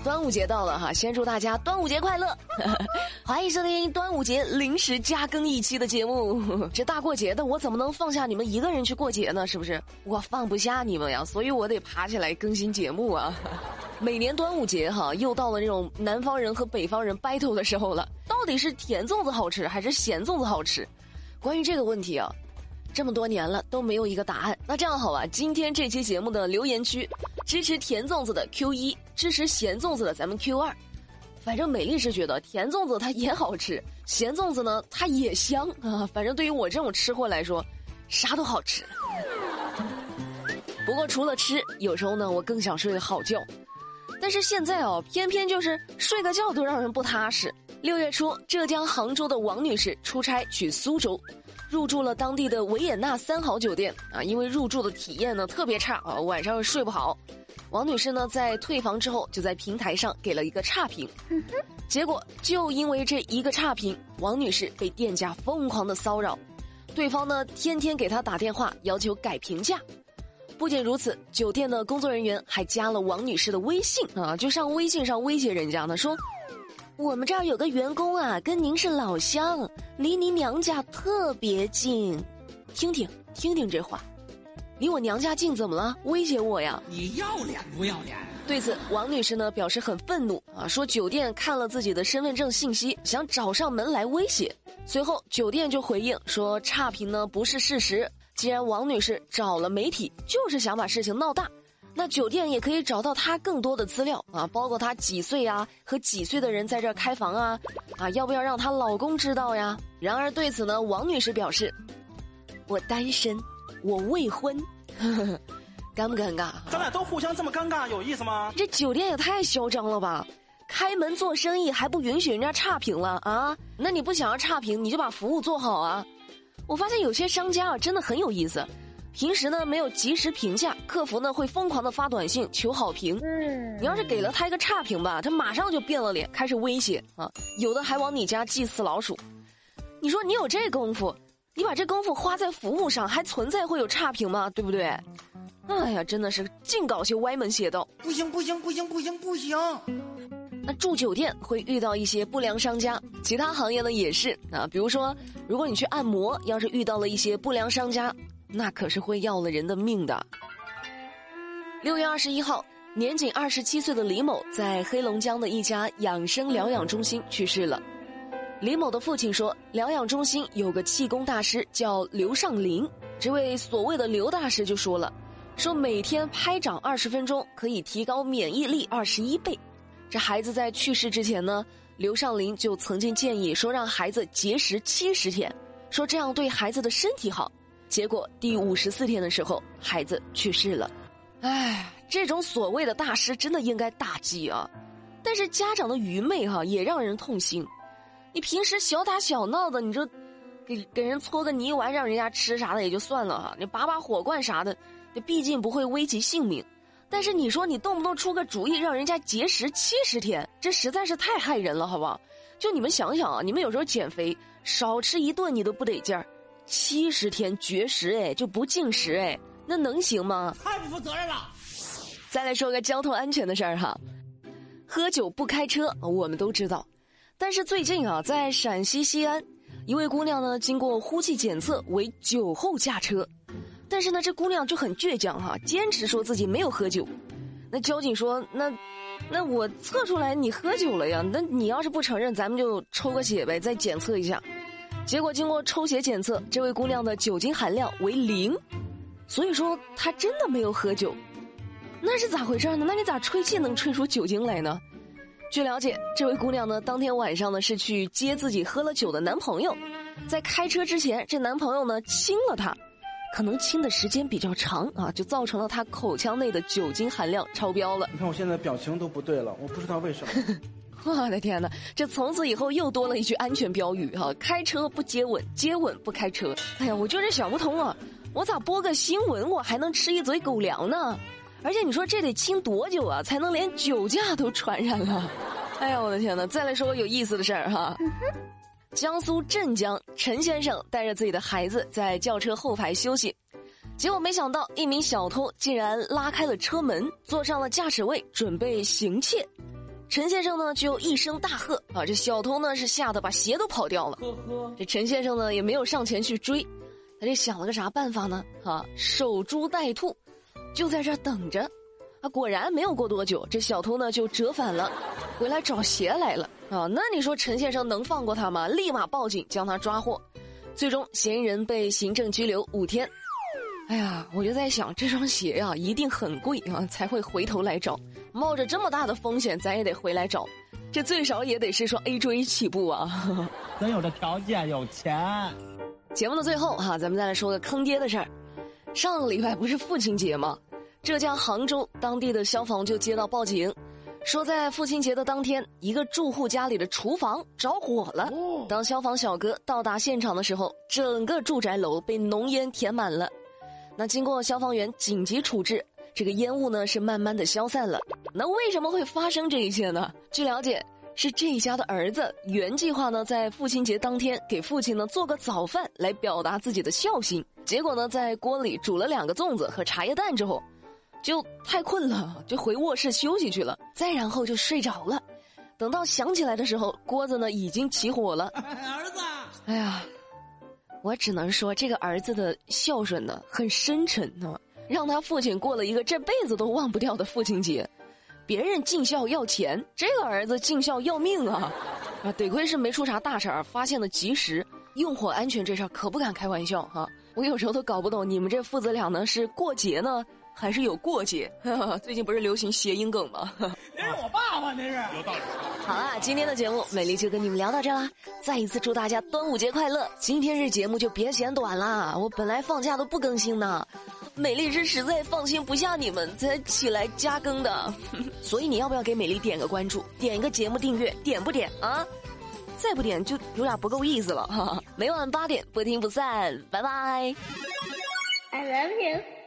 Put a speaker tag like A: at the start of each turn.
A: 端午节到了哈，先祝大家端午节快乐！欢迎收听端午节临时加更一期的节目。这大过节的，我怎么能放下你们一个人去过节呢？是不是？我放不下你们呀，所以我得爬起来更新节目啊。每年端午节哈，又到了这种南方人和北方人 battle 的时候了。到底是甜粽子好吃还是咸粽子好吃？关于这个问题啊，这么多年了都没有一个答案。那这样好吧，今天这期节目的留言区，支持甜粽子的 Q1， 支持咸粽子的咱们 Q2。反正美丽是觉得甜粽子它也好吃，咸粽子呢它也香啊。反正对于我这种吃货来说，啥都好吃。不过除了吃，有时候呢我更想睡个好觉。但是现在偏偏就是睡个觉都让人不踏实。6月初，浙江杭州的王女士出差去苏州，入住了当地的维也纳3好酒店啊。因为入住的体验呢特别差啊，晚上又睡不好。王女士呢在退房之后就在平台上给了一个差评，结果就因为这一个差评，王女士被店家疯狂的骚扰，对方呢天天给她打电话要求改评价。不仅如此，酒店的工作人员还加了王女士的微信啊，就上微信上威胁人家呢，说我们这儿有个员工啊跟您是老乡，离您娘家特别近。听听这话，离我娘家近怎么了？威胁我呀？
B: 你要脸不要脸？
A: 对此，王女士呢表示很愤怒啊，说酒店看了自己的身份证信息，想找上门来威胁。随后酒店就回应说差评呢不是事实，既然王女士找了媒体，就是想把事情闹大，那酒店也可以找到她更多的资料啊，包括她几岁啊，和几岁的人在这儿开房啊，要不要让她老公知道呀？然而对此呢，王女士表示，我单身，我未婚。尴不尴尬？
C: 咱俩都互相这么尴尬，有意思吗？
A: 这酒店也太嚣张了吧！开门做生意还不允许人家差评了啊？那你不想要差评，你就把服务做好啊！我发现有些商家真的很有意思，平时呢没有及时评价，客服呢会疯狂的发短信求好评。你要是给了他一个差评吧，他马上就变了脸，开始威胁啊，有的还往你家寄死老鼠。你说你有这功夫，你把这功夫花在服务上，还存在会有差评吗？对不对？哎呀，真的是净搞些歪门邪道。
B: 不行！
A: 那住酒店会遇到一些不良商家，其他行业呢也是啊。比如说，如果你去按摩，要是遇到了一些不良商家，那可是会要了人的命的。6月21号，年仅27岁的李某在黑龙江的一家养生疗养中心去世了。李某的父亲说，疗养中心有个气功大师叫刘尚林，这位所谓的刘大师就说了，说每天拍掌20分钟可以提高免疫力21倍。这孩子在去世之前呢，刘尚林就曾经建议说让孩子节食70天，说这样对孩子的身体好。结果第54天的时候，孩子去世了。唉，这种所谓的大师真的应该打击啊！但是家长的愚昧也让人痛心。你平时小打小闹的，你就给人搓个泥丸让人家吃啥的也就算了你拔火罐啥的，这毕竟不会危及性命。但是你说你动不动出个主意让人家节食70天，这实在是太害人了，好不好？就你们想想啊，你们有时候减肥少吃一顿你都不得劲儿，70天绝食就不进食那能行吗？
B: 太不负责任了。
A: 再来说个交通安全的事儿哈，喝酒不开车我们都知道，但是最近在陕西西安，一位姑娘呢经过呼气检测为酒后驾车。但是呢，这姑娘就很倔强坚持说自己没有喝酒。那交警说，那我测出来你喝酒了呀，那你要是不承认，咱们就抽个血呗，再检测一下。结果经过抽血检测，这位姑娘的酒精含量为0，所以说她真的没有喝酒。那是咋回事呢？那你咋吹气能吹出酒精来呢？据了解，这位姑娘呢，当天晚上呢是去接自己喝了酒的男朋友，在开车之前，这男朋友呢亲了她。可能亲的时间比较长就造成了他口腔内的酒精含量超标了。
C: 你看我现在表情都不对了，我不知道为什么。
A: 我的天哪，这从此以后又多了一句安全标语开车不接吻，接吻不开车。哎呀，我就是想不通我咋播个新闻我还能吃一嘴狗粮呢？而且你说这得亲多久才能连酒驾都传染了？哎呀，我的天哪！再来说个有意思的事儿江苏镇江，陈先生带着自己的孩子在轿车后排休息，结果没想到一名小偷竟然拉开了车门，坐上了驾驶位准备行窃。 陈先生呢就一声大喝啊，这小偷呢是吓得把鞋都跑掉了。这陈先生呢也没有上前去追，他这想了个啥办法呢？守株待兔，就在这等着。果然没有过多久，这小偷呢就折返了，回来找鞋来了啊。那你说陈先生能放过他吗？立马报警将他抓获，最终嫌疑人被行政拘留5天。哎呀，我就在想，这双鞋呀一定很贵啊，才会回头来找。冒着这么大的风险，咱也得回来找，这最少也得是双 AJ 起步啊。
B: 咱有这条件，有钱。
A: 节目的最后咱们再来说个坑爹的事儿。上个礼拜不是父亲节吗？浙江杭州当地的消防就接到报警，说在父亲节的当天，一个住户家里的厨房着火了。当消防小哥到达现场的时候，整个住宅楼被浓烟填满了。那经过消防员紧急处置，这个烟雾呢是慢慢的消散了。那为什么会发生这一切呢？据了解，是这一家的儿子原计划呢在父亲节当天给父亲呢做个早饭来表达自己的孝心，结果呢在锅里煮了2个粽子和茶叶蛋之后，就太困了，就回卧室休息去了，再然后就睡着了。等到想起来的时候，锅子呢已经起火了。
B: 儿子，
A: 哎呀，我只能说这个儿子的孝顺呢很深沉呢，让他父亲过了一个这辈子都忘不掉的父亲节。别人尽孝要钱，这个儿子尽孝要命啊！得亏是没出啥大事儿，发现的及时。用火安全这事儿可不敢开玩笑哈！我有时候都搞不懂你们这父子俩呢是过节呢还是有过节？最近不是流行谐音梗吗？
B: 那是我爸爸，那是有道理。
A: 好啦，今天的节目美丽就跟你们聊到这啦。再一次祝大家端午节快乐！今天这节目就别嫌短啦，我本来放假都不更新呢，美丽是实在放心不下你们才起来加更的。所以你要不要给美丽点个关注，点一个节目订阅，点不点啊？再不点就有点不够意思了哈。每晚8点不听不散，拜拜。
D: I love you.